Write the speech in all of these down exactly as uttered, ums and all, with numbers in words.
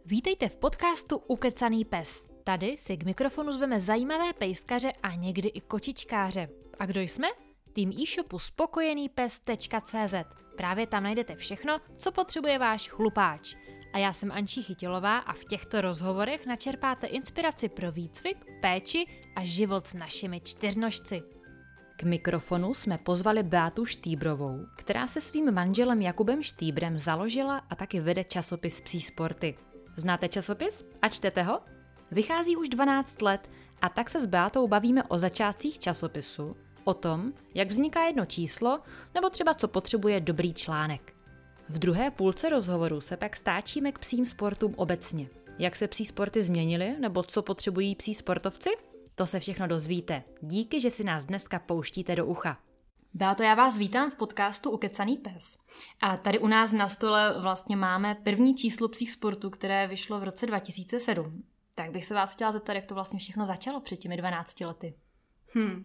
Vítejte v podcastu Ukecaný pes. Tady si k mikrofonu zveme zajímavé pejskaře a někdy i kočičkáře. A kdo jsme? Tým e-shopu spokojený pes tečka cé zet. Právě tam najdete všechno, co potřebuje váš chlupáč. A já jsem Ančí Chytilová a v těchto rozhovorech načerpáte inspiraci pro výcvik, péči a život s našimi čtyřnožci. K mikrofonu jsme pozvali Beatu Štýbrovou, která se svým manželem Jakubem Štýbrem založila a taky vede časopis Psí sporty. Znáte časopis? A čtete ho? Vychází už dvanáct let a tak se s Beatou bavíme o začátcích časopisu, o tom, jak vzniká jedno číslo, nebo třeba co potřebuje dobrý článek. V druhé půlce rozhovoru se pak stáčíme k psím sportům obecně. Jak se psí sporty změnily, nebo co potřebují psí sportovci? To se všechno dozvíte. Díky, že si nás dneska pouštíte do ucha. Beato, já vás vítám v podcastu Ukecaný pes. A tady u nás na stole vlastně máme první číslo psích sportů, které vyšlo v roce dva tisíce sedm. Tak bych se vás chtěla zeptat, jak to vlastně všechno začalo před těmi dvanácti lety. Hmm.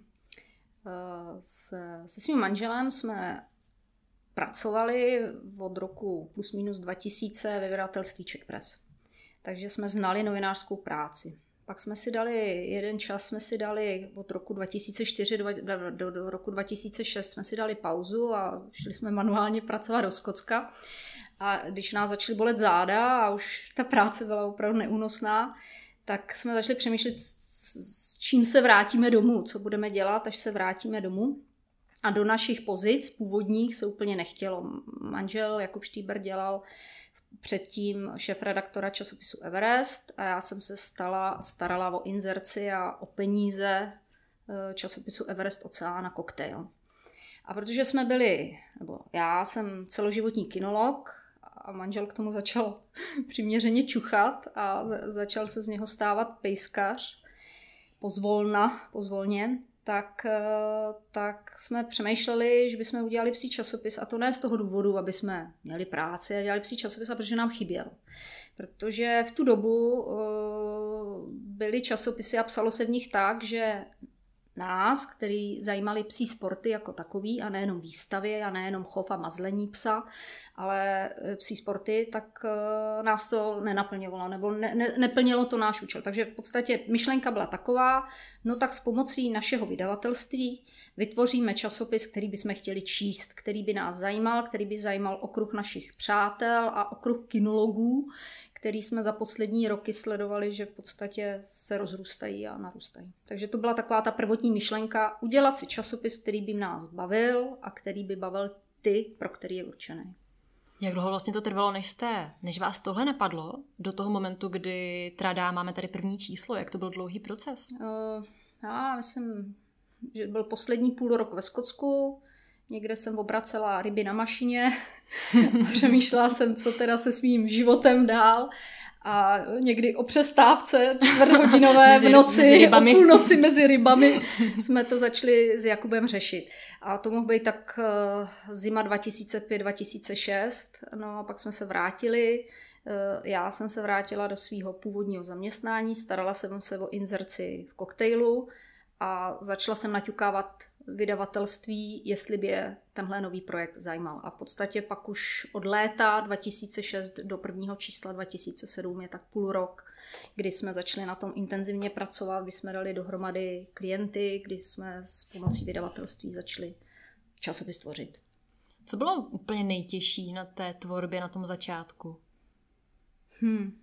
Se, se svým manželem jsme pracovali od roku plus minus dva tisíce ve vydavatelství Czech Press. Takže jsme znali novinářskou práci. Pak jsme si dali, jeden čas jsme si dali od roku dva tisíce čtyři do, do, do roku dva tisíce šest jsme si dali pauzu a šli jsme manuálně pracovat do Skotska. A když nás začaly bolet záda a už ta práce byla opravdu neúnosná, tak jsme začali přemýšlet, s čím se vrátíme domů, co budeme dělat, až se vrátíme domů. A do našich pozic původních se úplně nechtělo. Manžel Jakub Štýbr dělal předtím šéfredaktora časopisu Everest a já jsem se stala, starala o inzerci a o peníze časopisu Everest Oceán a Cocktail. A protože jsme byli, nebo já jsem celoživotní kinolog a manžel k tomu začal přiměřeně čuchat a začal se z něho stávat pejskař pozvolna, pozvolně, tak, tak jsme přemýšleli, že bychom udělali psí časopis, a to ne z toho důvodu, aby jsme měli práci a dělali psí časopis, a protože nám chyběl. Protože v tu dobu byly časopisy a psalo se v nich tak, že nás, který zajímali psí sporty jako takový a nejenom výstavy a nejenom chov a mazlení psa, ale psí sporty, tak nás to nenaplňovalo nebo ne, ne, neplnilo to náš účel. Takže v podstatě myšlenka byla taková, no tak s pomocí našeho vydavatelství vytvoříme časopis, který bychom chtěli číst, který by nás zajímal, který by zajímal okruh našich přátel a okruh kinologů, který jsme za poslední roky sledovali, že v podstatě se rozrůstají a narůstají. Takže to byla taková ta prvotní myšlenka, udělat si časopis, který by nás bavil a který by bavil ty, pro který je určený. Jak dlouho vlastně to trvalo, než jste, než vás tohle napadlo, do toho momentu, kdy tradá, máme tady první číslo, jak to byl dlouhý proces? Uh, já myslím, že byl poslední půl rok ve Skotsku, někde jsem obracela ryby na mašině a přemýšlela jsem, co teda se svým životem dál. A někdy o přestávce čtvrthodinové v noci, o půlnoci mezi rybami jsme to začali s Jakubem řešit. A to mohl být tak zima dva tisíce pět dva tisíce šest. No a pak jsme se vrátili. Já jsem se vrátila do svého původního zaměstnání, starala jsem se o inzerci v Cocktailu a začala jsem naťukávat vydavatelství, jestli by je tenhle nový projekt zajímal. A v podstatě pak už od léta dva tisíce šest do prvního čísla dva tisíce sedm je tak půl rok, kdy jsme začali na tom intenzivně pracovat, kdy jsme dali dohromady klienty, kdy jsme s pomocí vydavatelství začali časopis tvořit. Co bylo úplně nejtěžší na té tvorbě na tom začátku? Hmm.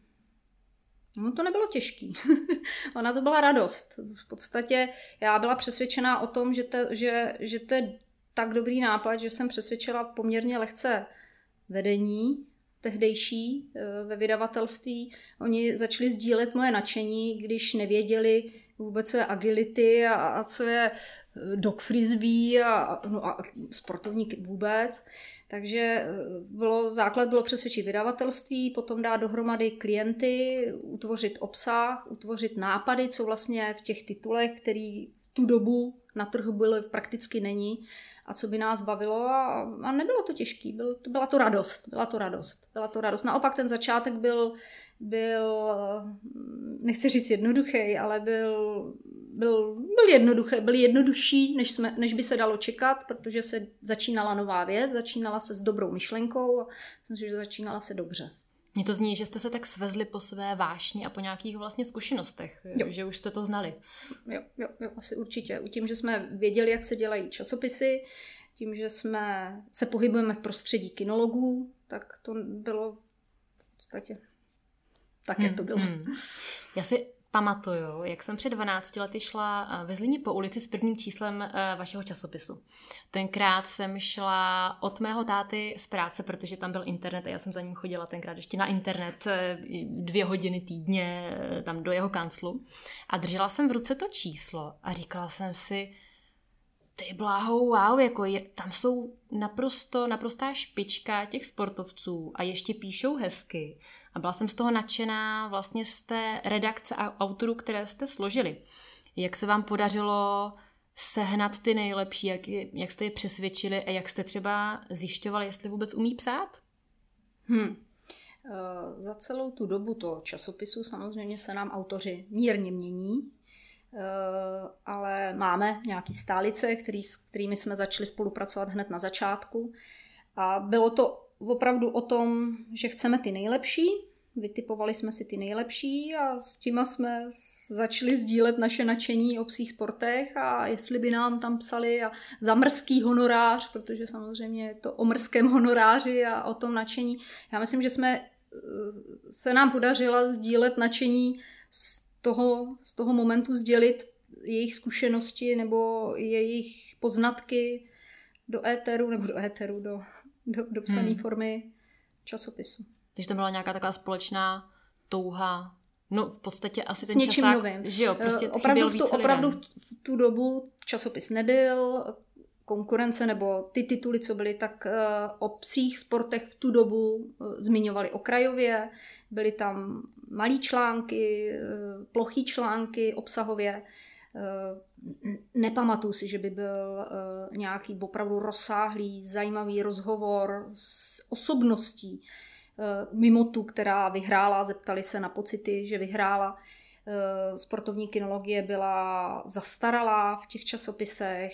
No to nebylo těžký. Ona to byla radost. V podstatě já byla přesvědčená o tom, že to, že, že to je tak dobrý nápad, že jsem přesvědčila poměrně lehce vedení tehdejší ve vydavatelství. Oni začali sdílet moje nadšení, když nevěděli vůbec, co je agility a, a co je dog frisbee a, no a sportovník vůbec. Takže bylo, základ bylo přesvědčit vydavatelství, potom dát dohromady klienty, utvořit obsah, utvořit nápady, co vlastně v těch titulech, který v tu dobu na trhu byly, prakticky není, a co by nás bavilo. A, a nebylo to těžké, byl, byla to radost. Byla to radost. Byla to radost. Naopak ten začátek byl, byl nechci říct jednoduchý, ale byl, byl, byl jednoduchý, byl jednodušší, než, jsme, než by se dalo čekat, protože se začínala nová věc, začínala se s dobrou myšlenkou a myslím si, že začínala se dobře. Mně to zní, že jste se tak svezli po své vášni a po nějakých vlastně zkušenostech, jo. Že už jste to znali. Jo, jo, jo, asi určitě. Tím, že jsme věděli, jak se dělají časopisy, tím, že jsme se pohybujeme v prostředí kinologů, tak to bylo v podstatě tak, jak to bylo. Hmm. Já si pamatuju, jak jsem před dvanácti lety šla ve Zlíně po ulici s prvním číslem vašeho časopisu. Tenkrát jsem šla od mého táty z práce, protože tam byl internet a já jsem za ním chodila tenkrát ještě na internet dvě hodiny týdně tam do jeho kanclu. A držela jsem v ruce to číslo a říkala jsem si, ty bláho, wow, jako je, tam jsou naprosto, naprostá špička těch sportovců a ještě píšou hezky. A byla jsem z toho nadšená vlastně z té redakce a autorů, které jste složili. Jak se vám podařilo sehnat ty nejlepší, jak, jak jste je přesvědčili a jak jste třeba zjišťovali, jestli vůbec umí psát? Hmm. E, za celou tu dobu toho časopisu samozřejmě se nám autoři mírně mění, e, ale máme nějaký stálice, který, s kterými jsme začali spolupracovat hned na začátku. A bylo to opravdu o tom, že chceme ty nejlepší, vytipovali jsme si ty nejlepší a s těma jsme začali sdílet naše nadšení o psích sportech a jestli by nám tam psali a za mrzký honorář, protože samozřejmě je to o mrzkém honoráři a o tom nadšení. Já myslím, že jsme se nám podařilo sdílet nadšení z toho, z toho momentu, sdělit jejich zkušenosti nebo jejich poznatky do éteru nebo do éteru, do do, do psané hmm. formy časopisu. Takže to byla nějaká taková společná touha, no v podstatě asi s ten časák, novým. Že jo, prostě opravdu v tu, více opravdu lidem. v tu dobu časopis nebyl, konkurence nebo ty tituly, co byly, tak o psích sportech v tu dobu zmiňovali okrajově, byly tam malý články, plochý články obsahově. Nepamatuju si, že by byl nějaký opravdu rozsáhlý, zajímavý rozhovor s osobností mimo tu, která vyhrála, zeptali se na pocity, že vyhrála. Sportovní kinologie byla zastaralá v těch časopisech,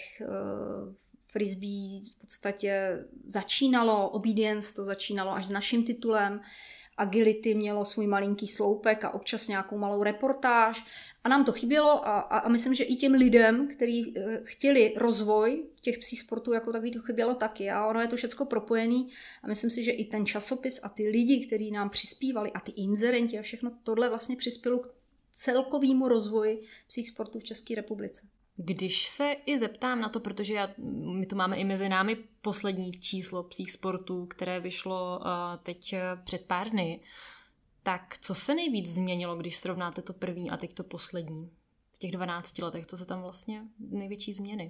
frisbee v podstatě začínalo, obedience to začínalo až s naším titulem, agility mělo svůj malinký sloupek a občas nějakou malou reportáž a nám to chybělo a, a, a myslím, že i těm lidem, kteří chtěli rozvoj těch psích sportů, jako takový to chybělo taky a ono je to všecko propojený a myslím si, že i ten časopis a ty lidi, kteří nám přispívali a ty inzerenti a všechno tohle vlastně přispělo k celkovému rozvoji psích sportů v České republice. Když se i zeptám na to, protože já, my tu máme i mezi námi poslední číslo psích sportů, které vyšlo uh, teď před pár dny, tak co se nejvíc změnilo, když srovnáte to první a teď to poslední? V těch dvanácti letech, co se tam vlastně největší změny?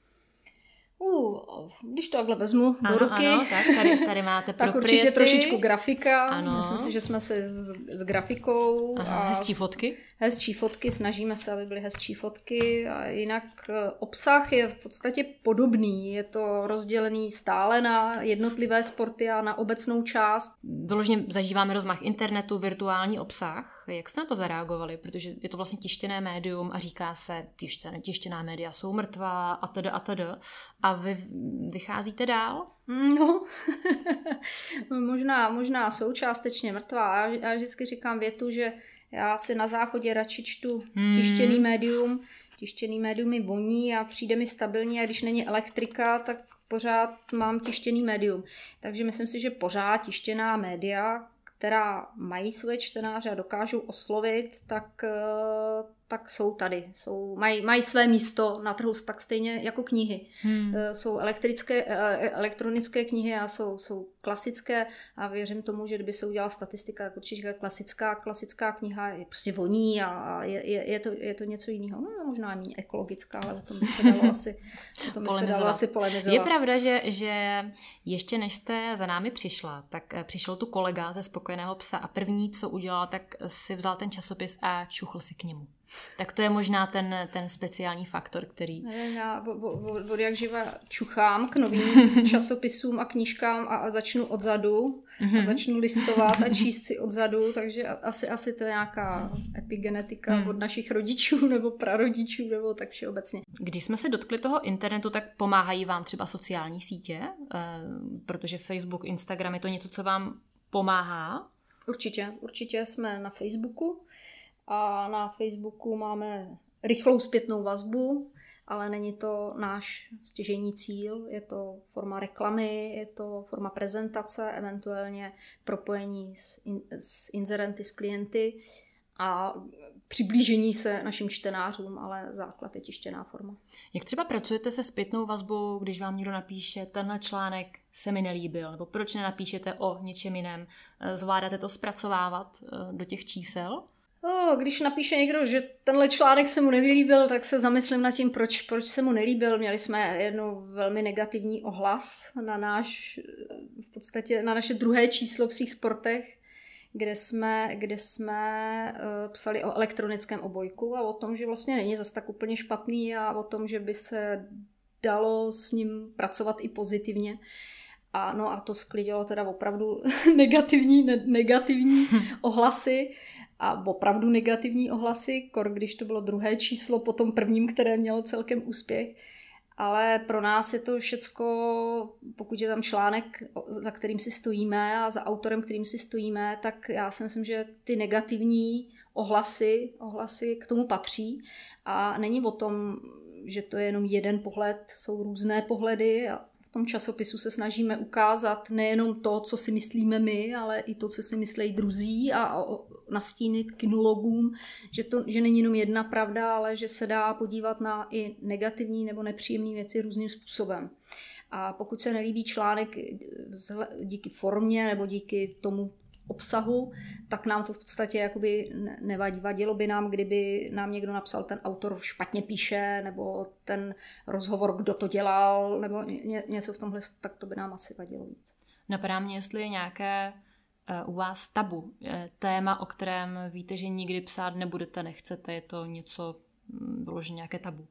Uh, když to takhle vezmu ano, do ruky, ano, tak tady, tady máte tak propriety. určitě trošičku grafika. Ano. Myslím si, že jsme se s, s grafikou Aha, a hezčí fotky. Hezčí fotky, snažíme se, aby byly hezčí fotky a jinak obsah je v podstatě podobný. Je to rozdělený stále na jednotlivé sporty a na obecnou část. Vyloženě zažíváme rozmach internetu, virtuální obsah. Jak jste na to zareagovali? Protože je to vlastně tištěné médium a říká se, tištěné, tištěná média jsou mrtvá a teda a teda. A vy vycházíte dál? No, možná, možná jsou částečně mrtvá. Já vždycky říkám větu, že já si na záchodě radši čtu tištěný médium. Tištěný médium mi voní a přijde mi stabilní a když není elektrika, tak pořád mám tištěný médium. Takže myslím si, že pořád tištěná média, která mají své čtenáře a dokážou oslovit, tak, tak jsou tady. Jsou, mají, mají své místo na trhu tak stejně jako knihy. Hmm. Jsou elektrické, elektronické knihy a jsou, jsou klasické a věřím tomu, že kdyby se udělala statistika, tak určitě klasická, klasická kniha je prostě voní a je, je, je, to, je to něco jiného. No, možná méně ekologická, ale o tom by se dalo asi, o tom by se dalo asi polemizovat. Je pravda, že, že ještě než jste za námi přišla, tak přišel tu kolega ze Spokojeného psa a první, co udělal, tak si vzal ten časopis a čuchl si k němu. Tak to je možná ten, ten speciální faktor, který... Já od, od jak živa čuchám k novým časopisům a knížkám a, a začnu odzadu mm-hmm. a začnu listovat a číst si odzadu, takže asi, asi to je nějaká epigenetika mm. od našich rodičů nebo prarodičů nebo tak všeobecně. Když jsme se dotkli toho internetu, tak pomáhají vám třeba sociální sítě, protože Facebook, Instagram je to něco, co vám pomáhá? Určitě, určitě jsme na Facebooku a na Facebooku máme rychlou zpětnou vazbu, ale není to náš stěžejní cíl, je to forma reklamy, je to forma prezentace, eventuálně propojení s, in, s inzerenty, s klienty a přiblížení se našim čtenářům, ale základ je tištěná forma. Jak třeba pracujete se zpětnou vazbou, když vám někdo napíše, tenhle článek se mi nelíbil, nebo proč nenapíšete o něčem jiném? Zvládáte to zpracovávat do těch čísel? O, když napíše někdo, že tenhle článek se mu nelíbil, tak se zamyslím nad tím, proč, proč se mu nelíbil. Měli jsme jednou velmi negativní ohlas na náš, v podstatě na naše druhé číslo v svých sportech, kde jsme, kde jsme uh, psali o elektronickém obojku a o tom, že vlastně není zas tak úplně špatný a o tom, že by se dalo s ním pracovat i pozitivně. A no a to sklidilo teda opravdu negativní, ne, negativní ohlasy a opravdu negativní ohlasy, kor když to bylo druhé číslo po tom prvním, které mělo celkem úspěch. Ale pro nás je to všecko, pokud je tam článek, za kterým si stojíme a za autorem, kterým si stojíme, tak já si myslím, že ty negativní ohlasy, ohlasy k tomu patří. A není o tom, že to je jenom jeden pohled, jsou různé pohledy a v tom časopisu se snažíme ukázat nejenom to, co si myslíme my, ale i to, co si myslejí druzí a nastínit kinologům, že to že není jenom jedna pravda, ale že se dá podívat na i negativní nebo nepříjemné věci různým způsobem. A pokud se nelíbí článek díky formě nebo díky tomu obsahu, tak nám to v podstatě jakoby nevadí. Vadilo by nám, kdyby nám někdo napsal, ten autor špatně píše, nebo ten rozhovor, kdo to dělal, nebo ně, něco v tomhle, tak to by nám asi vadilo víc. Napadá mě, jestli je nějaké uh, u vás tabu, téma, o kterém víte, že nikdy psát nebudete, nechcete, je to něco, vyloženě nějaké tabu?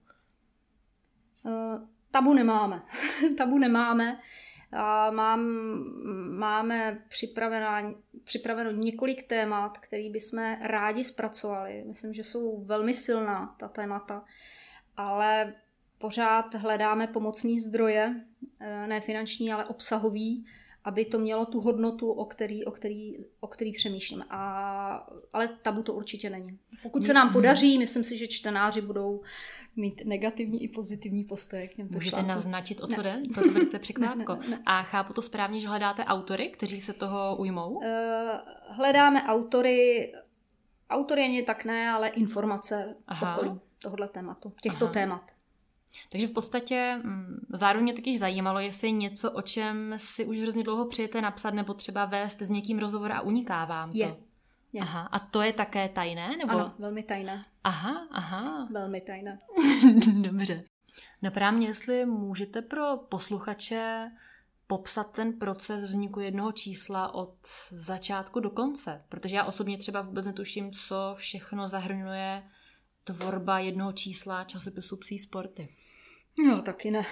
Uh, tabu nemáme. tabu nemáme. A mám, máme připraveno několik témat, které bychom rádi zpracovali. Myslím, že jsou velmi silná ta témata, ale pořád hledáme pomocní zdroje, ne finanční, ale obsahový, aby to mělo tu hodnotu, o který, o který, o který přemýšlíme. A, ale tabu to určitě není. Pokud se nám podaří, myslím si, že čtenáři budou mít negativní i pozitivní postoje k těmto Můžete článkům. naznačit, o co jde? To budete překvápko. A chápu to správně, že hledáte autory, kteří se toho ujmou? Uh, hledáme autory, autory ani tak ne, ale informace okolí tohoto tématu, těchto Aha. témat. Takže v podstatě zároveň mě taky zajímalo, jestli je něco, o čem si už hrozně dlouho přijete napsat nebo třeba vést s někým rozhovor a uniká vám to. Je. je. Aha, a to je také tajné? Nebo? Ano, velmi tajné. Aha, aha. Velmi tajné. Dobře. Napadá mě, jestli můžete pro posluchače popsat ten proces vzniku jednoho čísla od začátku do konce. Protože já osobně třeba vůbec netuším, co všechno zahrnuje tvorba jednoho čísla časopisu Psí sporty. No, taky ne.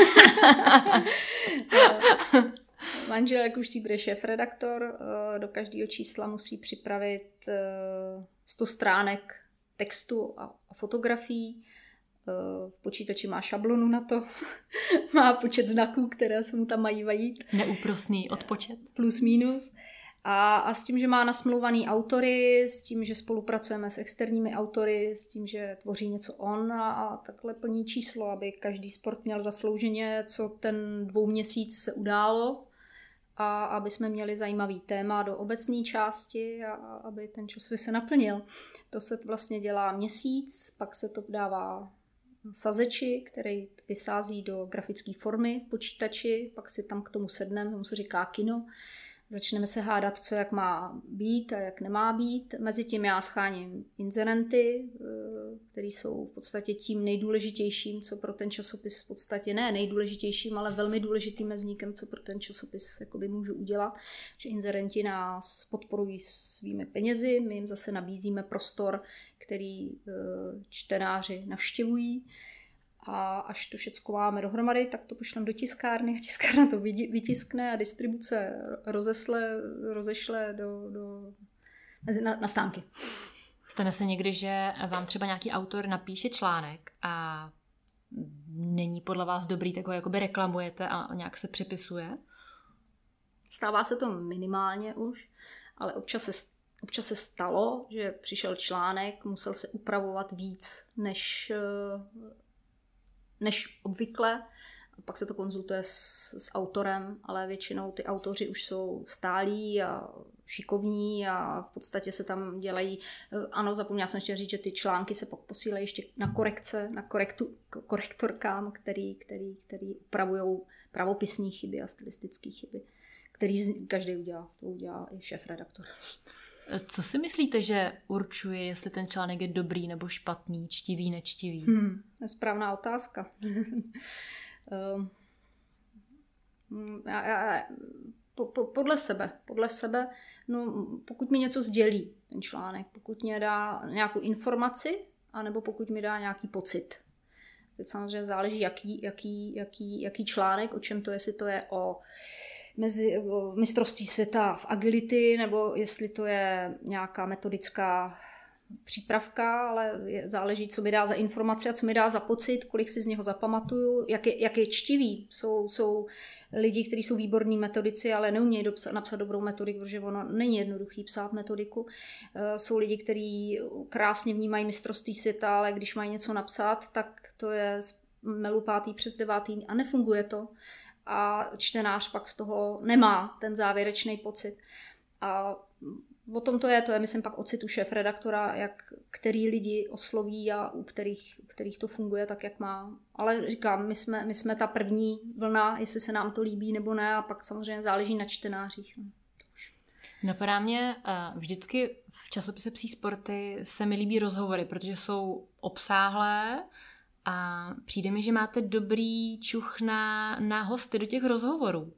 Manžel, jak už tí bude šéfredaktor, do každého čísla musí připravit sto stránek textu a fotografií. V počítači má šablonu na to. Má počet znaků, které se mu tam mají vajít. Neúprosný odpočet. Plus minus. A, a s tím, že má nasmluvaný autory, s tím, že spolupracujeme s externími autory, s tím, že tvoří něco on a, a takhle plní číslo, aby každý sport měl zaslouženě, co ten dvouměsíc se událo a aby jsme měli zajímavý téma do obecné části a, a aby ten časopis se naplnil. To se vlastně dělá měsíc, pak se to dává sazeči, který vysází do grafické formy v počítači, pak si tam k tomu sedneme, tomu se říká kino. Začneme se hádat, co jak má být a jak nemá být. Mezitím já scháním inzerenty, které jsou v podstatě tím nejdůležitějším, co pro ten časopis v podstatě ne nejdůležitějším, ale velmi důležitým mezníkem, co pro ten časopis jakoby můžu udělat. Že inzerenti nás podporují svými penězi, my jim zase nabízíme prostor, který čtenáři navštěvují. A až to všecko máme dohromady, tak to pošlem do tiskárny a tiskárna to vytiskne a distribuce rozesle, rozešle do, do, na, na stánky. Stane se někdy, že vám třeba nějaký autor napíše článek a není podle vás dobrý, tak ho jakoby reklamujete a nějak se přepisuje? Stává se to minimálně už, ale občas se, občas se stalo, že přišel článek, musel se upravovat víc než, než obvykle. Pak se to konzultuje s, s autorem, ale většinou ty autoři už jsou stálí a šikovní a v podstatě se tam dělají, ano, zapomněla jsem ještě říct, že ty články se pak posílají ještě na korekce, na korektu, korektorkám, který, který, který upravují pravopisní chyby a stylistické chyby, který každý udělá, to udělá i šéfredaktor. Co si myslíte, že určuje, jestli ten článek je dobrý nebo špatný, čtivý, nečtivý? Hmm, to je správná otázka. já, já, po, po, podle sebe, podle sebe, no, pokud mi něco sdělí ten článek, pokud mi dá nějakou informaci, anebo pokud mi dá nějaký pocit. Teď samozřejmě záleží, jaký, jaký, jaký, jaký článek, o čem to je, jestli to je o mezi o mistrovství světa v agility, nebo jestli to je nějaká metodická přípravka, ale je, záleží, co mi dá za informace a co mi dá za pocit, kolik si z něho zapamatuju, jak je, jak je čtivý. Jsou, jsou lidi, kteří jsou výborní metodici, ale neumějí dopsa, napsat dobrou metodiku, protože ono není jednoduchý psát metodiku. E, jsou lidi, kteří krásně vnímají mistrovství světa, ale když mají něco napsat, tak to je z melu pátý přes devátý a nefunguje to. A čtenář pak z toho nemá ten závěrečný pocit. A o tom to je, to je myslím pak o citu šéfredaktora, jak který lidi osloví a u kterých, u kterých to funguje tak, jak má. Ale říkám, my jsme, my jsme ta první vlna, jestli se nám to líbí nebo ne, a pak samozřejmě záleží na čtenářích. No. Napadá mě, vždycky v časopise Psí sporty se mi líbí rozhovory, protože jsou obsáhlé a přijde mi, že máte dobrý čuch na, na hosty do těch rozhovorů.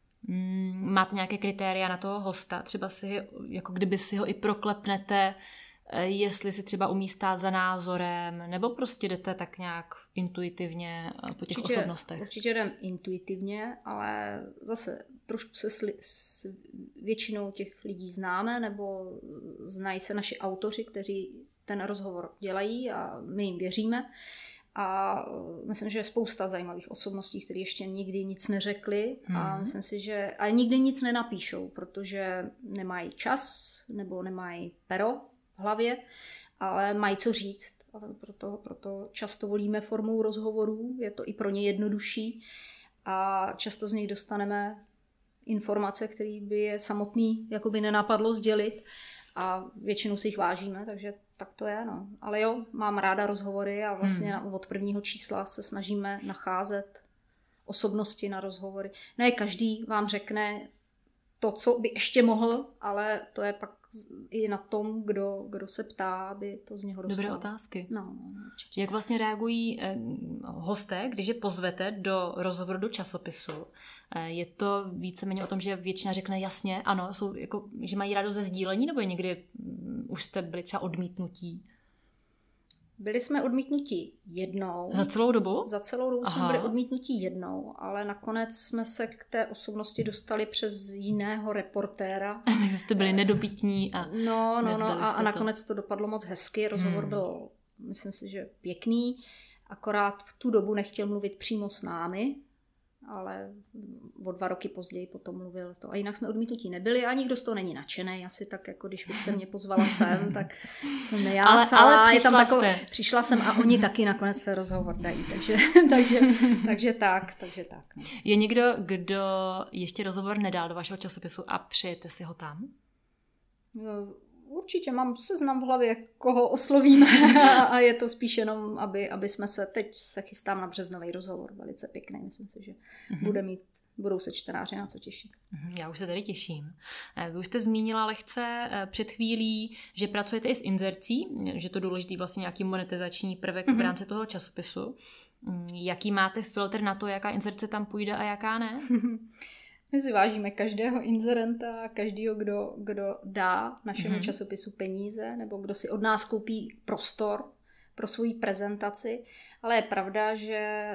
Máte nějaké kritéria na toho hosta? Třeba si, jako kdyby si ho i proklepnete, jestli si třeba umí stát za názorem, nebo prostě jdete tak nějak intuitivně po těch určitě, osobnostech? Určitě jdem intuitivně, ale zase trošku se s, s většinou těch lidí známe, nebo znají se naši autoři, kteří ten rozhovor dělají a my jim věříme. A myslím, že je spousta zajímavých osobností, které ještě nikdy nic neřekli hmm. a myslím si, že a nikdy nic nenapíšou, protože nemají čas nebo nemají pero v hlavě, ale mají co říct. A proto, proto často volíme formou rozhovorů, je to i pro ně jednodušší a často z nich dostaneme informace, které by je samotný jakoby nenapadlo sdělit a většinou si jich vážíme, takže tak to je, no. Ale jo, mám ráda rozhovory a vlastně hmm. od prvního čísla se snažíme nacházet osobnosti na rozhovory. Ne každý vám řekne to, co by ještě mohl, ale to je pak i na tom, kdo, kdo se ptá, aby to z něho dostal. Dobré otázky. No, no, určitě. Jak vlastně reagují eh, hosté, když je pozvete do rozhovoru do časopisu? Eh, je to víceméně o tom, že většina řekne jasně, ano, jsou, jako, že mají radost ze sdílení, nebo je někdy um, už jste byli třeba odmítnutí? Byli jsme odmítnutí jednou. Za celou dobu? Za celou dobu Aha. jsme byli odmítnutí jednou, ale nakonec jsme se k té osobnosti dostali přes jiného reportéra. Takže jste byli nedopitní a No, no, no a, a nakonec to dopadlo moc hezky. Rozhovor hmm. byl, myslím si, že pěkný. Akorát v tu dobu nechtěl mluvit přímo s námi, ale o dva roky později potom mluvil to. A jinak jsme odmítnutí nebyli a nikdo z toho není nadšenej. Asi tak, jako když vy jste mě pozvala sem, tak jsem nejásala. Ale, ale přišla, tam takové, přišla jsem a oni taky nakonec se rozhovor dají. Takže, takže, takže tak. Takže tak no. Je někdo, kdo ještě rozhovor nedal do vašeho časopisu a přejete si ho tam? No, určitě mám seznam v hlavě, koho oslovíme a je to spíš jenom, aby, aby jsme se, teď se chystám na březnový rozhovor, velice pěkný, myslím si, že mm-hmm. bude mít, budou se čtenáři na co těšit. Já už se tady těším. Vy už jste zmínila lehce před chvílí, že pracujete i s inzercí, že to důležitý vlastně nějaký monetizační prvek mm-hmm. v rámci toho časopisu. Jaký máte filtr na to, jaká inzerce tam půjde a jaká ne? My si vážíme každého inzerenta, každého, kdo, kdo dá našemu mm-hmm. časopisu peníze, nebo kdo si od nás koupí prostor pro svoji prezentaci. Ale je pravda, že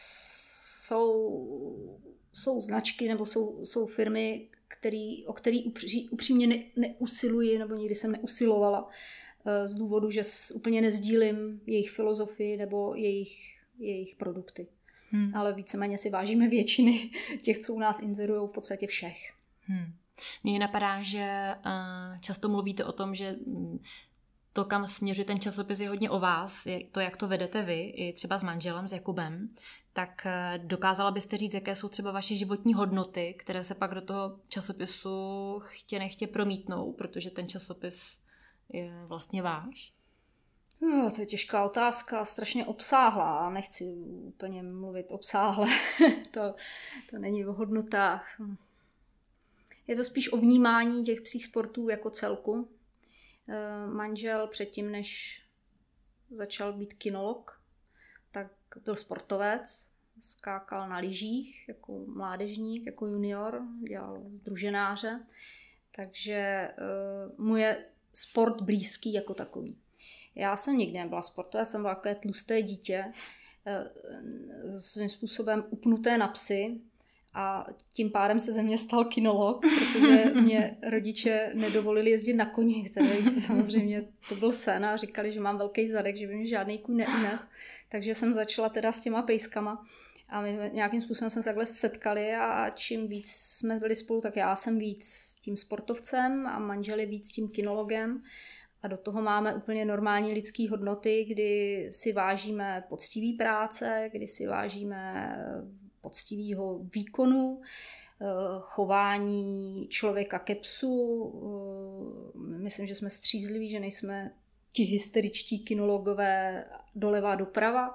jsou, jsou značky nebo jsou, jsou firmy, který, o který upří, upřímně ne, neusiluji, nebo nikdy jsem neusilovala z důvodu, že úplně nezdílím jejich filozofii nebo jejich, jejich produkty. Hmm. Ale víceméně si vážíme většiny těch, co u nás inzerují, v podstatě všech. Hmm. Mně napadá, že často mluvíte o tom, že to, kam směřuje ten časopis, je hodně o vás, je to, jak to vedete vy, i třeba s manželem, s Jakubem, tak dokázala byste říct, jaké jsou třeba vaše životní hodnoty, které se pak do toho časopisu chtě nechtě promítnou, protože ten časopis je vlastně váš? No, to je těžká otázka, strašně obsáhlá. Nechci úplně mluvit obsáhle, to, to není o hodnotách. Je to spíš o vnímání těch psích sportů jako celku. Manžel předtím, než začal být kinolog, tak byl sportovec, skákal na lyžích jako mládežník, jako junior, dělal sdruženáře, takže mu je sport blízký jako takový. Já jsem nikdy nebyla sportová, jsem byla takové tlusté dítě, svým způsobem upnuté na psy a tím pádem se ze mě stal kinolog, protože mě rodiče nedovolili jezdit na koni, který samozřejmě to byl sen a říkali, že mám velký zadek, že by mě žádný kůň neunes, takže jsem začala teda s těma pejskama a my nějakým způsobem jsme se takhle setkali a čím víc jsme byli spolu, tak já jsem víc tím sportovcem a manžel je víc tím kinologem. A do toho máme úplně normální lidské hodnoty, kdy si vážíme poctivý práce, kdy si vážíme poctivého výkonu, chování člověka ke psu. Myslím, že jsme střízliví, že nejsme ti hysteričtí kinologové doleva doprava.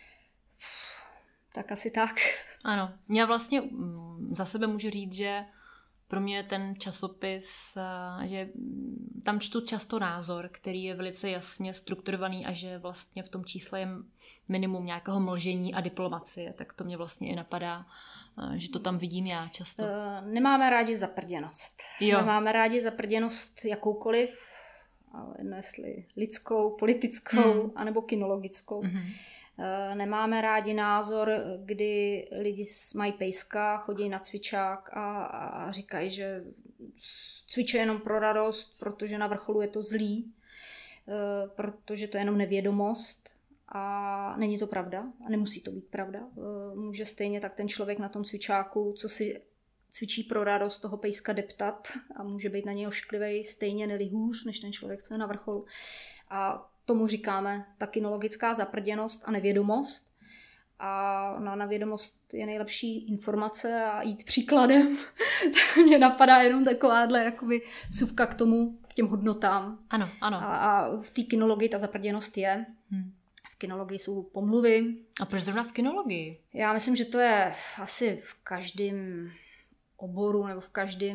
Tak asi tak. Ano, já vlastně za sebe můžu říct, že pro mě je ten časopis, že tam čtu často názor, který je velice jasně strukturovaný a že vlastně v tom čísle je minimum nějakého mlžení a diplomacie, tak to mě vlastně i napadá, že to tam vidím já často. Nemáme rádi zaprděnost. Jo. Nemáme rádi zaprděnost jakoukoliv, ale jedno jestli lidskou, politickou, hmm. anebo kinologickou. Hmm. Nemáme rádi názor, kdy lidi mají pejska, chodí na cvičák a, a říkají, že cvičí jenom pro radost, protože na vrcholu je to zlý, protože to je jenom nevědomost a není to pravda a nemusí to být pravda. Může stejně tak ten člověk na tom cvičáku, co si cvičí pro radost, toho pejska deptat a může být na něj ošklivej stejně neli hůř, než ten člověk, co je na vrcholu. A tomu říkáme ta kinologická zaprděnost a nevědomost. A na nevědomost je nejlepší informace a jít příkladem. Tak mě napadá jenom takováhle jakoby vsuvka k tomu, k těm hodnotám. Ano, ano. A, a v té kinologii ta zaprděnost je. Hmm. V kinologii jsou pomluvy. A proč zrovna v kinologii? Já myslím, že to je asi v každém oboru nebo v každém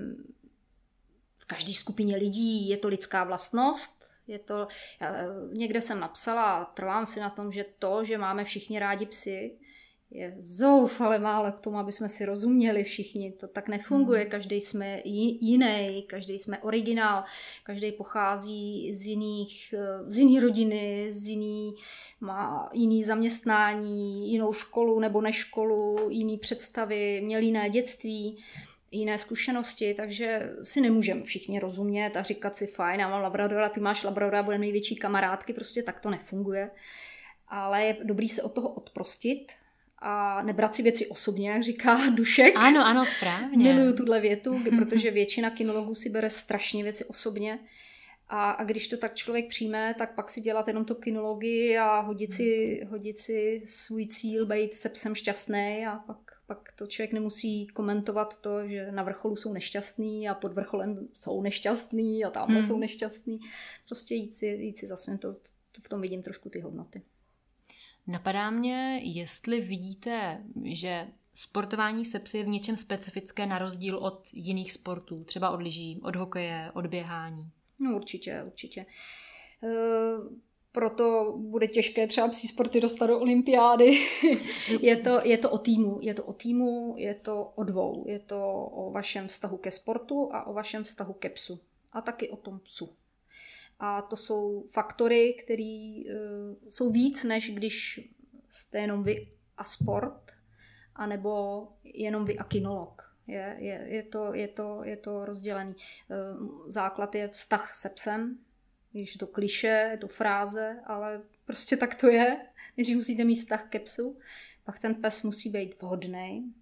v každé skupině lidí je to lidská vlastnost. Je to, já, někde jsem napsala a trvám si na tom, že to, že máme všichni rádi psy, je zoufale málo k tomu, aby jsme si rozuměli všichni. To tak nefunguje. Hmm. Každý jsme jiný, každý jsme originál, každý pochází z jiných, z jiný rodiny, z jiný, má jiný zaměstnání, jinou školu nebo neškolu, jiný představy, měl jiné dětství, jiné zkušenosti, takže si nemůžeme všichni rozumět a říkat si fajn, já mám labradora, ty máš labradora, budeme největší kamarádky, prostě tak to nefunguje. Ale je dobrý se od toho odprostit a nebrat si věci osobně, jak říká Dušek. Ano, ano, správně. Miluju tuhle větu, protože většina kinologů si bere strašně věci osobně. A, a když to tak člověk přijme, tak pak si dělat jenom to kinologii a hodit si, hodit si svůj cíl, být se psem šťastný a pak pak to člověk nemusí komentovat to, že na vrcholu jsou nešťastný a pod vrcholem jsou nešťastný a tamhle hmm. jsou nešťastný. Prostě jít si, jít si za svým, to, to v tom vidím trošku ty hodnoty. Napadá mě, jestli vidíte, že sportování se psy je v něčem specifické na rozdíl od jiných sportů, třeba od lyží, od hokeje, od běhání. No určitě, určitě. Uh, Proto bude těžké třeba psí sporty dostat do olympiády. je, to, je to o týmu, je to o týmu, je to o dvou. Je to o vašem vztahu ke sportu a o vašem vztahu ke psu. A taky o tom psu. A to jsou faktory, které uh, jsou víc, než když jste jenom vy a sport, anebo jenom vy a kinolog. Je, je, je, to, je, to, je to rozdělený. Uh, základ je vztah se psem, když je to klišé, je to fráze, ale prostě tak to je. Nejdřív musíte mít vztah ke psu, pak ten pes musí být vhodný,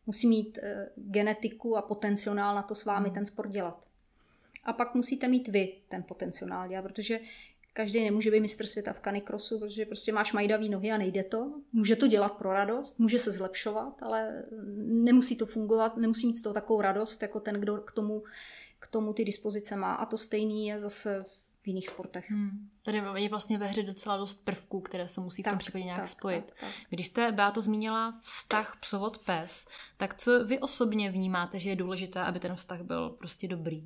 Musí mít e, genetiku a potenciál na to s vámi ten sport dělat. A pak musíte mít vy ten potenciál dělat, protože každý nemůže být mistr světa v kanikrosu, protože prostě máš majdavý nohy a nejde to. Může to dělat pro radost, může se zlepšovat, ale nemusí to fungovat, nemusí mít z toho takovou radost, jako ten, kdo k tomu, k tomu ty dispozice má. A to stejný je zase v jiných sportech. Hmm. Tady je vlastně ve hře docela dost prvků, které se musí v tom tak, případě nějak tak, spojit. Tak, tak. Když jste, Beato, zmínila vztah psovod-pes, tak co vy osobně vnímáte, že je důležité, aby ten vztah byl prostě dobrý?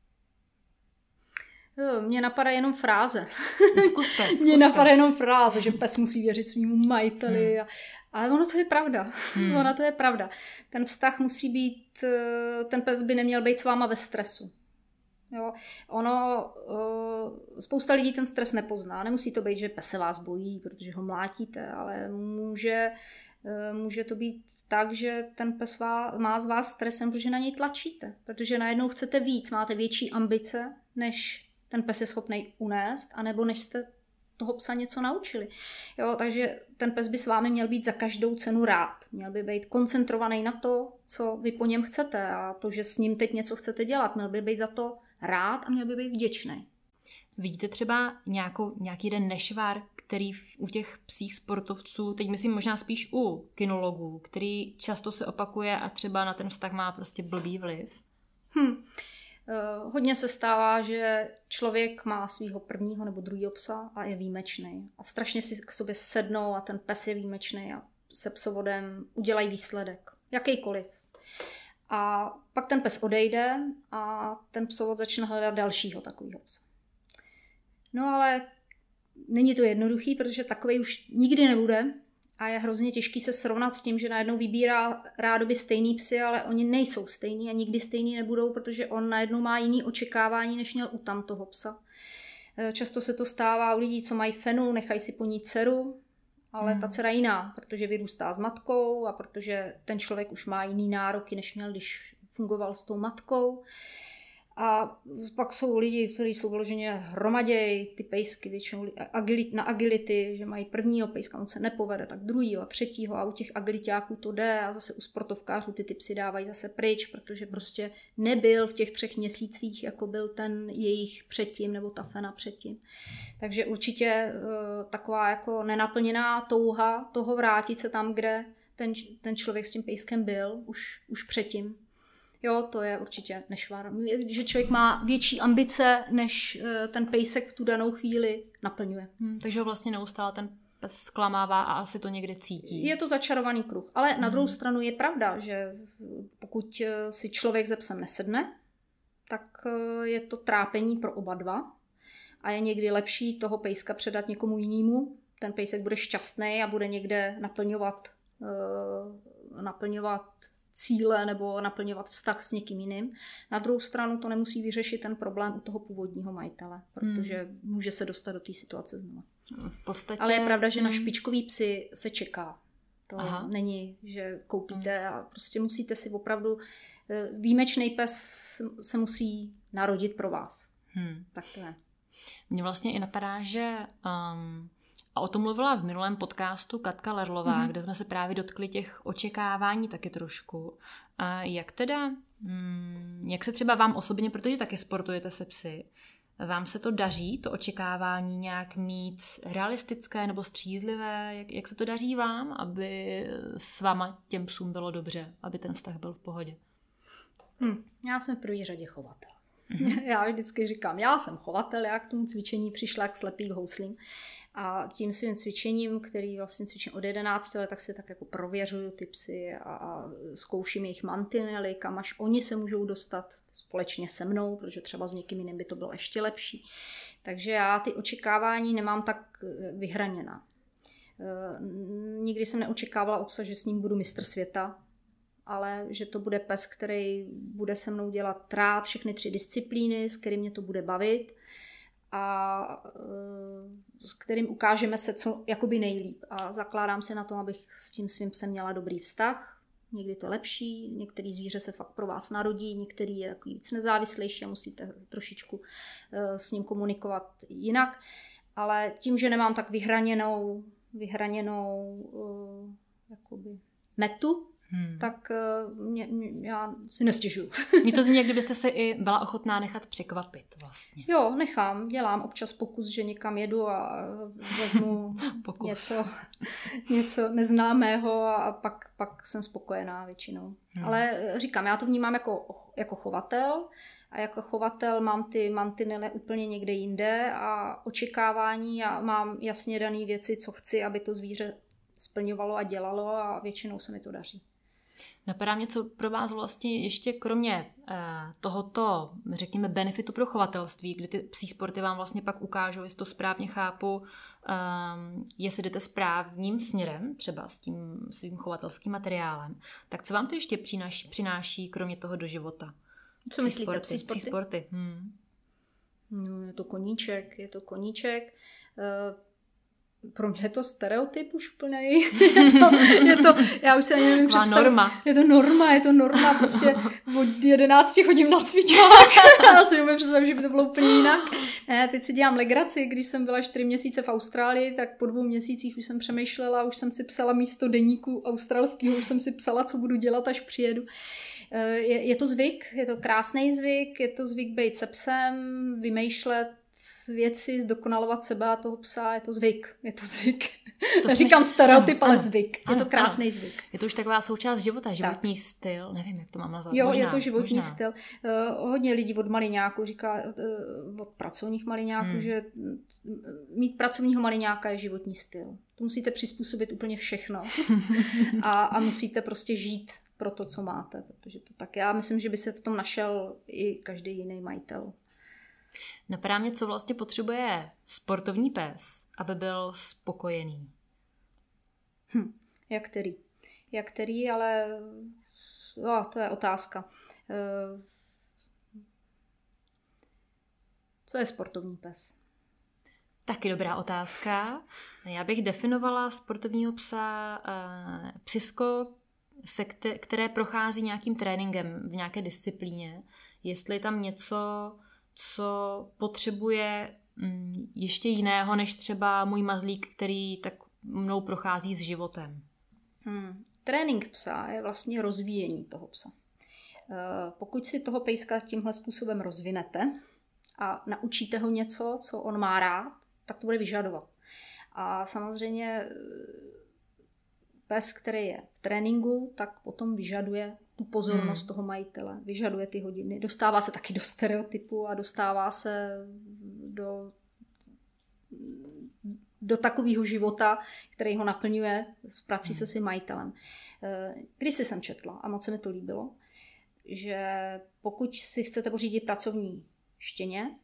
Mně napadá jenom fráze. Zkuste, zkuste. Mně napadá jenom fráze, že pes musí věřit svýmu majiteli. Hmm. A, ale ono to je pravda. Hmm. Ono to je pravda. Ten vztah musí být, ten pes by neměl být s váma ve stresu. Jo. Ono, spousta lidí ten stres nepozná. Nemusí to být, že pes se vás bojí, protože ho mlátíte, ale může, může to být tak, že ten pes má z vás stresem, protože na něj tlačíte. Protože najednou chcete víc, máte větší ambice, než ten pes je schopný unést, anebo než jste toho psa něco naučili. Jo, takže ten pes by s vámi měl být za každou cenu rád. Měl by být koncentrovaný na to, co vy po něm chcete a to, že s ním teď něco chcete dělat. Měl by být za to rád a měl by být vděčný. Vidíte třeba nějakou, nějaký jeden nešvar, který u těch psích sportovců, teď myslím možná spíš u kinologů, který často se opakuje a třeba na ten vztah má prostě blbý vliv? Hm. Uh, hodně se stává, že člověk má svého prvního nebo druhého psa a je výjimečný. A strašně si k sobě sednou a ten pes je výjimečný a se psovodem udělají výsledek. Jakýkoliv. A pak ten pes odejde a ten psovod začne hledat dalšího takového psa. No ale není to jednoduchý, protože takovej už nikdy nebude a je hrozně těžký se srovnat s tím, že najednou vybírá rádoby stejný psy, ale oni nejsou stejný a nikdy stejný nebudou, protože on najednou má jiný očekávání, než měl u tam toho psa. Často se to stává u lidí, co mají fenu, nechají si po ní dceru, ale hmm. ta dcera jiná, protože vyrůstá s matkou a protože ten člověk už má jiný nároky, než měl, když fungoval s tou matkou. A pak jsou lidi, kteří jsou vyloženě hromaděj, ty pejsky většinou na agility, že mají prvního pejska, on se nepovede, tak druhýho a třetího a u těch agilitáků to jde a zase u sportovkářů ty typsy dávají zase pryč, protože prostě nebyl v těch třech měsících, jako byl ten jejich předtím nebo ta fena předtím. Takže určitě uh, taková jako nenaplněná touha toho vrátit se tam, kde ten, ten člověk s tím pejskem byl už, už předtím. Jo, to je určitě nešvar. Že člověk má větší ambice, než ten pejsek v tu danou chvíli naplňuje. Hmm, takže ho vlastně neustále ten pes zklamává a asi to někde cítí. Je to začarovaný kruh. Ale hmm. na druhou stranu je pravda, že pokud si člověk se psem nesedne, tak je to trápení pro oba dva. A je někdy lepší toho pejska předat někomu jinému. Ten pejsek bude šťastný a bude někde naplňovat, uh, naplňovat cíle nebo naplňovat vztah s někým jiným. Na druhou stranu to nemusí vyřešit ten problém u toho původního majitele, protože hmm. může se dostat do té situace znovu. V podstatě... Ale je pravda, že hmm. na špičkový psy se čeká. To Aha. není, že koupíte hmm. a prostě musíte si opravdu... Výjimečný pes se musí narodit pro vás. Hmm. Tak to je. Mně vlastně i napadá, že... Um... A o tom mluvila v minulém podcastu Katka Lerlová, mm-hmm. kde jsme se právě dotkli těch očekávání taky trošku. A jak teda, hmm, jak se třeba vám osobně, protože taky sportujete se psy, vám se to daří, to očekávání nějak mít realistické nebo střízlivé? Jak, jak se to daří vám, aby s váma těm psům bylo dobře, aby ten vztah byl v pohodě? Hmm, já jsem v první řadě chovatel. Mm-hmm. Já vždycky říkám, já jsem chovatel, já k tomu cvičení přišla jak slepý k houslím. A tím svým cvičením, který vlastně cvičím od jedenácti let, tak si tak jako prověřuju ty psy a, a zkouším jejich mantinely, kam až oni se můžou dostat společně se mnou, protože třeba s někým jiným by to bylo ještě lepší. Takže já ty očekávání nemám tak vyhraněna. E, nikdy jsem neočekávala obsah, že s ním budu mistr světa, ale že to bude pes, který bude se mnou dělat rád všechny tři disciplíny, s kterým mě to bude bavit a e, s kterým ukážeme se co jakoby nejlíp. A zakládám se na tom, abych s tím svým psem měla dobrý vztah. Někdy to je lepší, některý zvíře se fakt pro vás narodí, některý je takový víc nezávislejší a musíte trošičku e, s ním komunikovat jinak. Ale tím, že nemám tak vyhraněnou, vyhraněnou e, jakoby metu, hmm. tak mě, mě, já si nestěžuju. Mně to zní, jak kdybyste se i byla ochotná nechat překvapit vlastně. Jo, nechám. Dělám občas pokus, že někam jedu a vezmu něco, něco neznámého a pak, pak jsem spokojená většinou. Hmm. Ale říkám, já to vnímám jako, jako chovatel a jako chovatel mám ty mantinely úplně někde jinde a očekávání a mám jasně dané věci, co chci, aby to zvíře splňovalo a dělalo a většinou se mi to daří. Napadá mě, co pro vás vlastně ještě kromě eh, tohoto, řekněme, benefitu pro chovatelství, kdy ty psí sporty vám vlastně pak ukážou, jestli to správně chápu, eh, jestli jdete správným směrem, třeba s tím svým chovatelským materiálem, tak co vám to ještě přináší, přináší kromě toho do života? Co psí myslíte, sporty, psí sporty? Psí sporty. Hmm. No, je to koníček, je to koníček. Uh, Pro mě je to stereotyp už plnej. je, to, je to, já už se ani nevím představit. Norma. Je to norma, je to norma. Prostě od jedenácti chodím na cvičák. Já si nevím představit, že by to bylo úplně jinak. Ne, teď si dělám legraci. Když jsem byla čtyři měsíce v Austrálii, tak po dvou měsících už jsem přemýšlela, už jsem si psala místo deníku australského, už jsem si psala, co budu dělat, až přijedu. Je, je to zvyk, je to krásný zvyk, je to zvyk být se psem, vymýšlet věci, zdokonalovat sebe a toho psa, je to zvyk. Je to zvyk. To Neříkám ještě... stereotyp, ano, ale ano, zvyk. Je ano, to krásný ano. zvyk. Je to už taková součást života, životní tak. styl. Nevím, jak to mám nazvat. Jo, možná, je to životní možná. styl. Uh, hodně lidí od maliňáku říká, uh, od pracovních maliňáků, hmm. že mít pracovního maliňáka je životní styl. To musíte přizpůsobit úplně všechno. a, a musíte prostě žít pro to, co máte. Protože to tak. Já myslím, že by se v tom našel i každý jiný majitel. Napadá mě, co vlastně potřebuje sportovní pes, aby byl spokojený. Hm, jak který? Jak který, ale oh, to je otázka. Co je sportovní pes? Taky dobrá otázka. Já bych definovala sportovního psa uh, psisko, se kte- které prochází nějakým tréninkem v nějaké disciplíně. Jestli je tam něco, co potřebuje mm, ještě jiného, než třeba můj mazlík, který tak mnou prochází s životem. Hmm. Trénink psa je vlastně rozvíjení toho psa. E, pokud si toho pejska tímhle způsobem rozvinete a naučíte ho něco, co on má rád, tak to bude vyžadovat. A samozřejmě pes, který je v tréninku, tak potom vyžaduje tu pozornost hmm. toho majitele, vyžaduje ty hodiny. Dostává se taky do stereotypu a dostává se do, do takového života, který ho naplňuje s prací hmm. se svým majitelem. Když jsem četla, a moc se mi to líbilo, že pokud si chcete pořídit pracovní štěně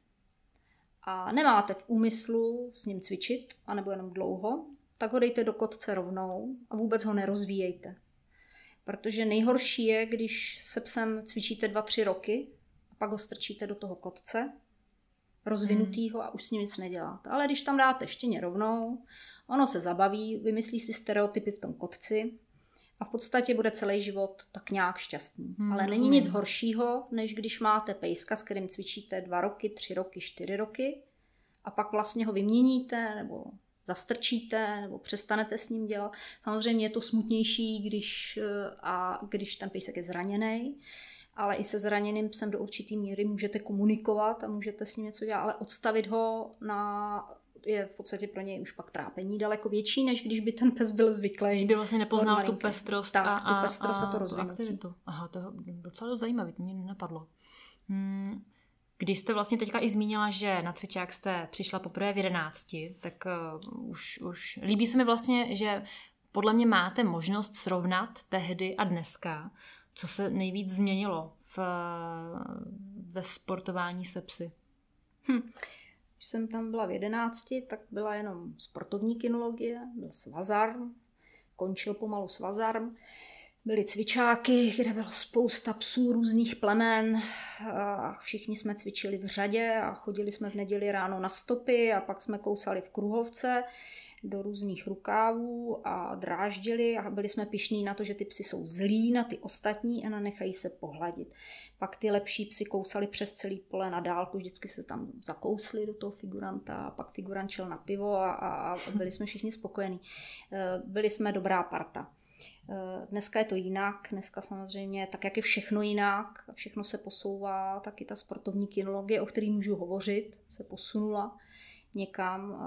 a nemáte v úmyslu s ním cvičit, anebo jenom dlouho, tak ho dejte do kotce rovnou a vůbec ho nerozvíjejte. Protože nejhorší je, když se psem cvičíte dva, tři roky a pak ho strčíte do toho kotce, rozvinutýho a už s ním nic neděláte. Ale když tam dáte štěně rovnou, ono se zabaví, vymyslí si stereotypy v tom kotci a v podstatě bude celý život tak nějak šťastný. Hmm, Ale rozumím. Není nic horšího, než když máte pejska, s kterým cvičíte dva roky, tři roky, čtyři roky a pak vlastně ho vyměníte nebo zastrčíte nebo přestanete s ním dělat. Samozřejmě je to smutnější, když, a když ten pejsek je zraněný, ale i se zraněným psem do určitý míry můžete komunikovat a můžete s ním něco dělat, ale odstavit ho na, je v podstatě pro něj už pak trápení daleko větší, než když by ten pes byl zvyklý. Když by vlastně nepoznal tu pestrost tak, a, a, tu pestrost a, a to rozvinutí. Aha, to je docela zajímavé, to mě nenapadlo. Hmm. Když jste vlastně teďka i zmínila, že na cvičák jste přišla poprvé v jedenácti, tak uh, už, už líbí se mi vlastně, že podle mě máte možnost srovnat tehdy a dneska, co se nejvíc změnilo v, ve sportování se psy. Hm. Když jsem tam byla v jedenácti, tak byla jenom sportovní kynologie, byl svazarm, končil pomalu svazarm. Byly cvičáky, kde bylo spousta psů různých plemen a všichni jsme cvičili v řadě a chodili jsme v neděli ráno na stopy a pak jsme kousali v kruhovce do různých rukávů a dráždili a byli jsme pyšní na to, že ty psy jsou zlí na ty ostatní a nenechají se pohladit. Pak ty lepší psy kousali přes celý pole na dálku, vždycky se tam zakousli do toho figuranta a pak figurant šel na pivo a, a byli jsme všichni spokojení. Byli jsme dobrá parta. Dneska je to jinak, dneska samozřejmě, tak jak je všechno jinak, všechno se posouvá, tak i ta sportovní kinologie, o které můžu hovořit, se posunula někam.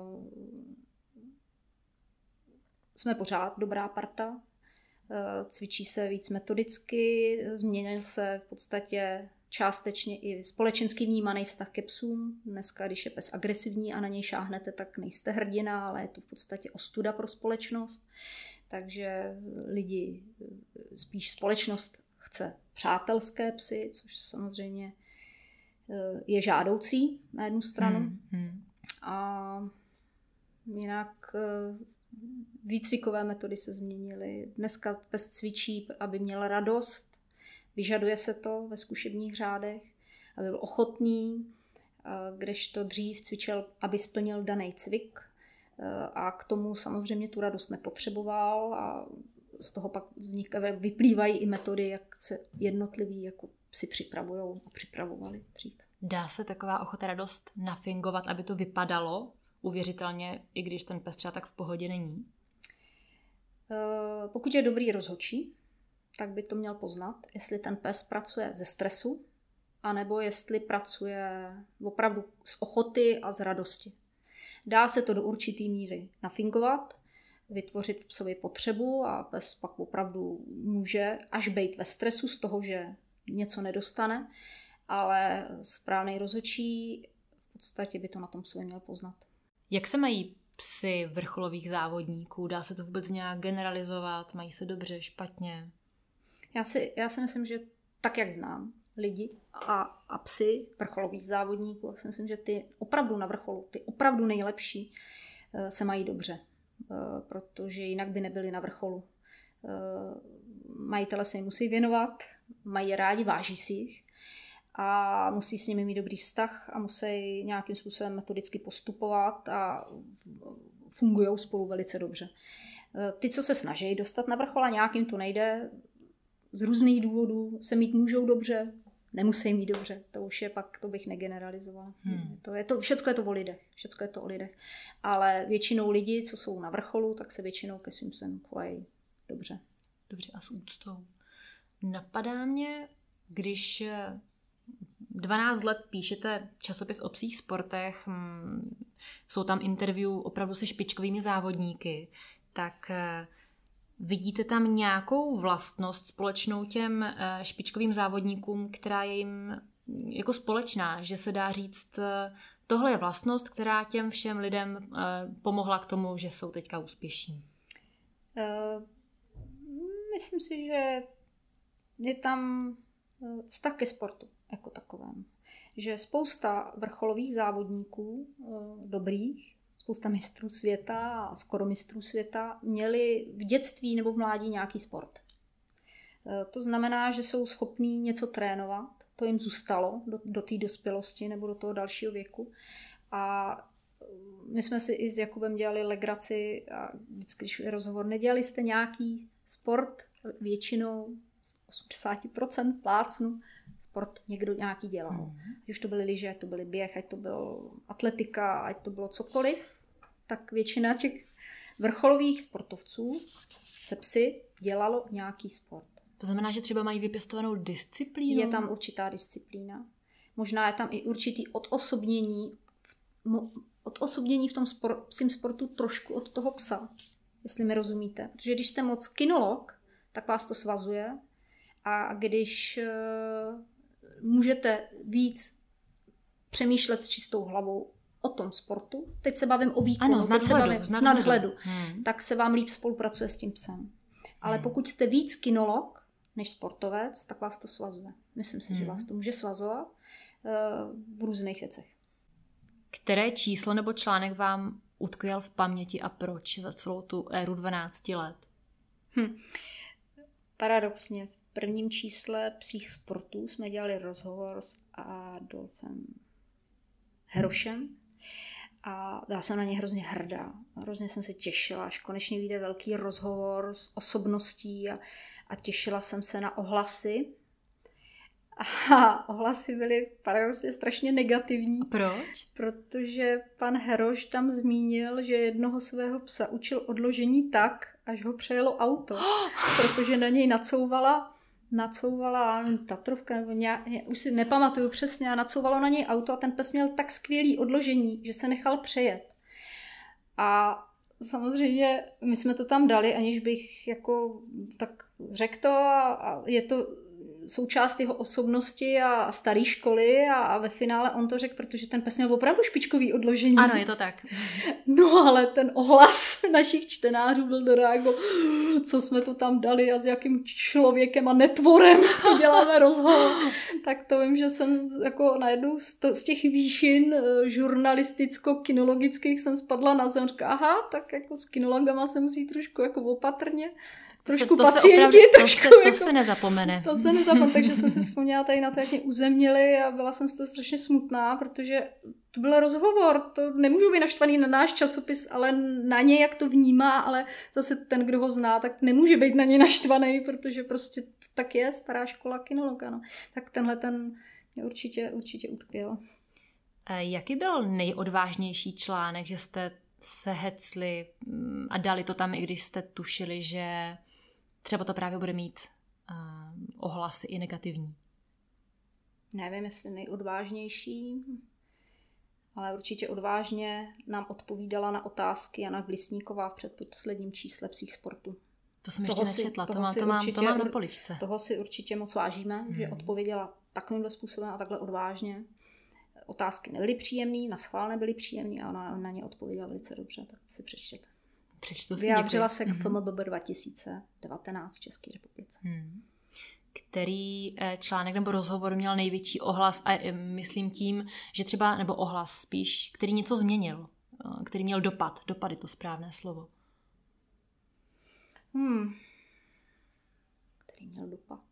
Jsme pořád dobrá parta, cvičí se víc metodicky, změnil se v podstatě částečně i společensky vnímaný vztah ke psům. Dneska, když je pes agresivní a na něj šáhnete, tak nejste hrdina, ale je to v podstatě ostuda pro společnost. Takže lidi, spíš společnost chce přátelské psy, což samozřejmě je žádoucí na jednu stranu. Hmm, hmm. A jinak výcvikové metody se změnily. Dneska pes cvičí, aby měl radost. Vyžaduje se to ve zkušebních řádech, aby byl ochotný, kdežto dřív cvičil, aby splnil daný cvik. A k tomu samozřejmě tu radost nepotřeboval a z toho pak vznikají, vyplývají i metody, jak se jednotliví jako psi připravují a připravovali dřív. Dá se taková ochota radost nafingovat, aby to vypadalo uvěřitelně, i když ten pes třeba tak v pohodě není? Pokud je dobrý rozhodčí, tak by to měl poznat, jestli ten pes pracuje ze stresu, anebo jestli pracuje opravdu z ochoty a z radosti. Dá se to do určitý míry nafingovat, vytvořit v psovi potřebu a pes pak opravdu může až být ve stresu z toho, že něco nedostane, ale správný rozhodčí v podstatě by to na tom psovi měl poznat. Jak se mají psy vrcholových závodníků? Dá se to vůbec nějak generalizovat? Mají se dobře, špatně? Já si, já si myslím, že tak, jak znám lidi a, a psy vrcholových závodníků, já si myslím, že ty opravdu na vrcholu, ty opravdu nejlepší se mají dobře, protože jinak by nebyli na vrcholu. Majitele se jim musí věnovat, mají je rádi, váží si jich a musí s nimi mít dobrý vztah a musí nějakým způsobem metodicky postupovat a fungují spolu velice dobře. Ty, co se snaží dostat na vrchol a nějakým to nejde, z různých důvodů se mít můžou dobře, nemusí mít dobře. To už je pak, to bych negeneralizovala. Hmm. To je to, všecko je to o lidech. Všecko je to o lidech. Ale většinou lidi, co jsou na vrcholu, tak se většinou ke svým psem chovají dobře. Dobře a s úctou. Napadá mě, když dvanáct let píšete časopis o psích sportech, jsou tam interview opravdu se špičkovými závodníky, tak vidíte tam nějakou vlastnost společnou těm špičkovým závodníkům, která je jim jako společná, že se dá říct, tohle je vlastnost, která těm všem lidem pomohla k tomu, že jsou teďka úspěšní? Uh, myslím si, že je tam vztah ke sportu jako takovém. Že spousta vrcholových závodníků dobrých, spousta mistrů světa a skoro mistrů světa měli v dětství nebo v mládí nějaký sport. To znamená, že jsou schopní něco trénovat, to jim zůstalo do, do té dospělosti nebo do toho dalšího věku. A my jsme si i s Jakubem dělali legraci a vždycky, když je rozhovor, nedělali jste nějaký sport, většinou osmdesát procent plácnu, sport někdo nějaký dělal. Mm. Ať už to byly lyže, ať to byly běh, ať to bylo atletika, ať to bylo cokoliv, tak většina těch vrcholových sportovců se psy dělalo nějaký sport. To znamená, že třeba mají vypěstovanou disciplínu? Je tam určitá disciplína. Možná je tam i určitý odosobnění, odosobnění v tom spor, psím sportu trošku od toho psa, jestli mi rozumíte. Protože když jste moc kinolog, tak vás to svazuje. A když uh, můžete víc přemýšlet s čistou hlavou o tom sportu, teď se bavím o výkonu, ano, z nadhledu, se bavím, z nadhledu. Z nadhledu Hmm. tak se vám líp spolupracuje s tím psem. Ale hmm. pokud jste víc kinolog než sportovec, tak vás to svazuje. Myslím si, hmm. že vás to může svazovat uh, v různých věcech. Které číslo nebo článek vám utkvěl v paměti a proč za celou tu éru dvanácti let? Hm. Paradoxně, v prvním čísle psích sportů jsme dělali rozhovor s Adolfem Herošem a byla jsem na ně hrozně hrdá. Hrozně jsem se těšila, až konečně vyjde velký rozhovor s osobností a, a těšila jsem se na ohlasy. A ohlasy byly paradoxně strašně negativní. Proč? Protože pan Heroš tam zmínil, že jednoho svého psa učil odložení tak, až ho přejelo auto. Protože na něj nacouvala, nacouvala Tatrovka, nebo nějak, už si nepamatuju přesně, a nacouvalo na něj auto a ten pes měl tak skvělý odložení, že se nechal přejet. A samozřejmě my jsme to tam dali, aniž bych jako tak řekl to, a je to součást jeho osobnosti a staré školy a, a ve finále on to řekl, protože ten pes měl opravdu špičkový odložení. Ano, je to tak. No ale ten ohlas našich čtenářů byl teda jako, co jsme to tam dali a s jakým člověkem a netvorem to děláme rozhovor. Tak to vím, že jsem jako na jednu z, to, z těch výšin žurnalisticko-kinologických jsem spadla na zem. Říká, aha, tak jako s kinologama se musí trošku jako opatrně. Trošku to pacienti, se opravdu, trošku, to se, to jako, se nezapomene. To se nezapomene, takže jsem si vzpomněla tady na to, jak mě uzemnili a byla jsem z toho strašně smutná, protože to byl rozhovor, to nemůžu být naštvaný na náš časopis, ale na něj, jak to vnímá, ale zase ten, kdo ho zná, tak nemůže být na něj naštvaný, protože prostě tak je stará škola kinologa. No. Tak tenhle ten mě určitě, určitě utkvěl. Jaký byl nejodvážnější článek, že jste se hecli a dali to tam, i když jste tušili, že třeba to právě bude mít uh, ohlasy i negativní? Nevím, jestli nejodvážnější, ale určitě odvážně nám odpovídala na otázky Jana Glisníková v předposledním čísle Psích sportu. To jsem ještě nečetla, to, má, to, mám, to mám na poličce. Toho si určitě moc vážíme, hmm. že odpověděla takovýmhle způsobem a takhle odvážně. Otázky nebyly příjemný, na schvál nebyly příjemný a ona na ně odpověděla velice dobře, tak si přečtěte. Přečtu si. Vyjádřila se k F M B B dva tisíce devatenáct v České republice. Hmm. Který článek nebo rozhovor měl největší ohlas a myslím tím, že třeba, nebo ohlas spíš, který něco změnil, který měl dopad. Dopad je to správné slovo. Hmm. Který měl dopad.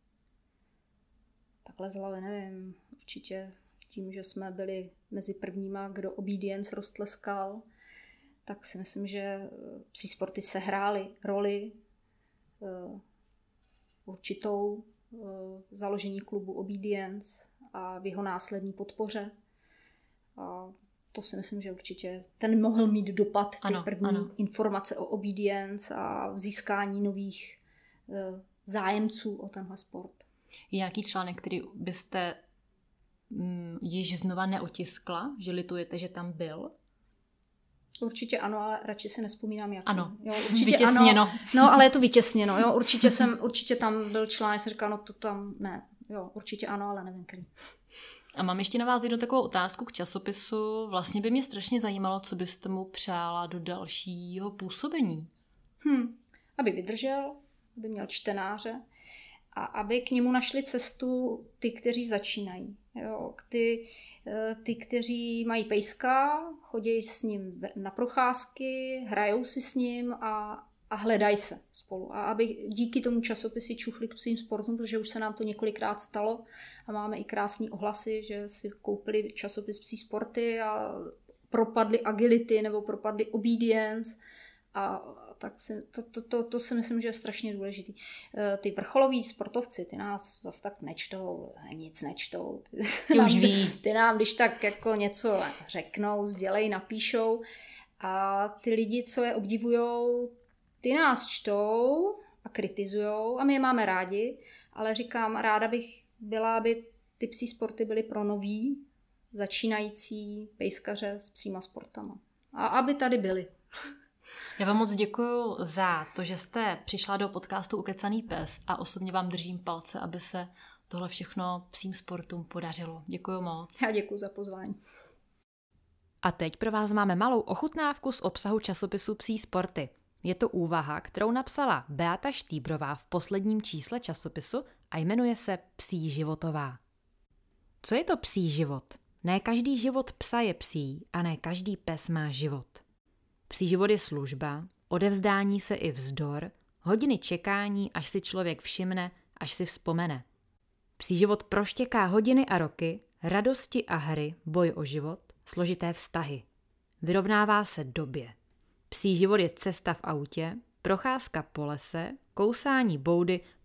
Takhle z hlavy nevím. Určitě tím, že jsme byli mezi prvníma, kdo obedience roztleskal, tak si myslím, že Psí sporty sehrály roli uh, určitou uh, založení klubu Obedience a v jeho následní podpoře. A to si myslím, že určitě ten mohl mít dopad, ty ano, první ano. informace o Obedience a v získání nových uh, zájemců o tenhle sport. Je nějaký článek, který byste mm, již znova neotiskla, že litujete, že tam byl? Určitě ano, ale radši si nespomínám jaký. Ano, jo, určitě vytěsněno. Ano, no, ale je to vytěsněno. Jo, určitě, jsem, určitě tam byl článek, jsem říkala, no to tam ne. Jo, určitě ano, ale nevím který. A mám ještě na vás jednu takovou otázku k časopisu. Vlastně by mě strašně zajímalo, co byste mu přála do dalšího působení. Hm, aby vydržel, aby měl čtenáře a aby k němu našli cestu ty, kteří začínají. Jo, ty, ty, kteří mají pejska, chodí s ním na procházky, hrajou si s ním a, a hledají se spolu. A aby díky tomu časopisi čuchli k psím sportům, protože už se nám to několikrát stalo a máme i krásný ohlasy, že si koupili časopis Psí sporty a propadli agility nebo propadli obedience a tak si, to, to, to, to si myslím, že je strašně důležitý. Ty vrcholoví sportovci, ty nás zase tak nečtou, nic nečtou. Ty, ty už ví. Ty nám, když tak jako něco řeknou, sdělej, napíšou a ty lidi, co je obdivujou, ty nás čtou a kritizujou a my je máme rádi, ale říkám, ráda bych byla, aby ty psí sporty byly pro nový, začínající pejskaře s psíma sportama. A aby tady byly. Já vám moc děkuju za to, že jste přišla do podcastu Ukecaný pes a osobně vám držím palce, aby se tohle všechno psím sportům podařilo. Děkuju moc. Já děkuju za pozvání. A teď pro vás máme malou ochutnávku z obsahu časopisu Psí sporty. Je to úvaha, kterou napsala Beata Štýbrová v posledním čísle časopisu a jmenuje se Psí životová. Co je to psí život? Ne každý život psa je psí a ne každý pes má život. Psí život je služba, odevzdání se i vzdor, hodiny čekání, až si člověk všimne, až si vzpomene. Psí život proštěká hodiny a roky, radosti a hry, boj o život, složité vztahy. Vyrovnává se době. Psí život je cesta v autě, procházka po lese, kousání boudy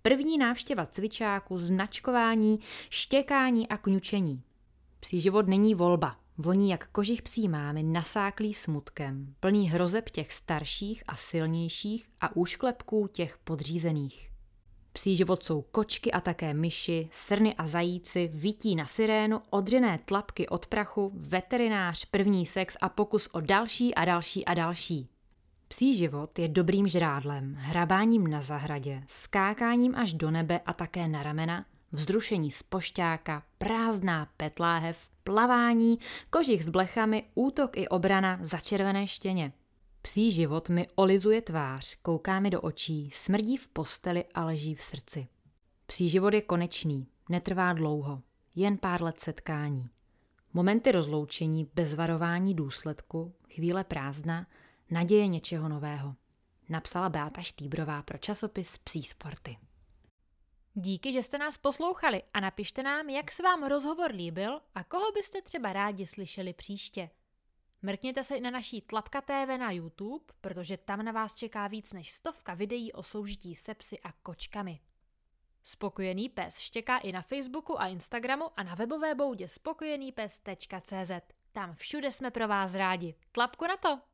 První návštěva cvičáku, značkování, štěkání a kňučení. Psí život není volba. Voní jak kožich psí mámy nasáklý smutkem, plný hrozeb těch starších a silnějších a úšklepků těch podřízených. Psí život jsou kočky a také myši, srny a zajíci, vytí na sirénu, odřené tlapky od prachu, veterinář, první sex a pokus o další a další a další. Psí život je dobrým žrádlem, hrabáním na zahradě, skákáním až do nebe a také na ramena, vzrušení z pošťáka, prázdná petláhev, plavání, kožich s blechami, útok i obrana za červené štěně. Psí život mi olizuje tvář, kouká mi do očí, smrdí v posteli a leží v srdci. Psí život je konečný, netrvá dlouho, jen pár let setkání. Momenty rozloučení bez varování důsledku, chvíle prázdna, naděje něčeho nového. Napsala Beata Štýbrová pro časopis Psí sporty. Díky, že jste nás poslouchali a napište nám, jak se vám rozhovor líbil a koho byste třeba rádi slyšeli příště. Mrkněte se i na naší Tlapka T V na YouTube, protože tam na vás čeká víc než stovka videí o soužití se psy a kočkami. Spokojený pes štěká i na Facebooku a Instagramu a na webové boudě spokojený pes tečka cé zet. Tam všude jsme pro vás rádi. Tlapku na to!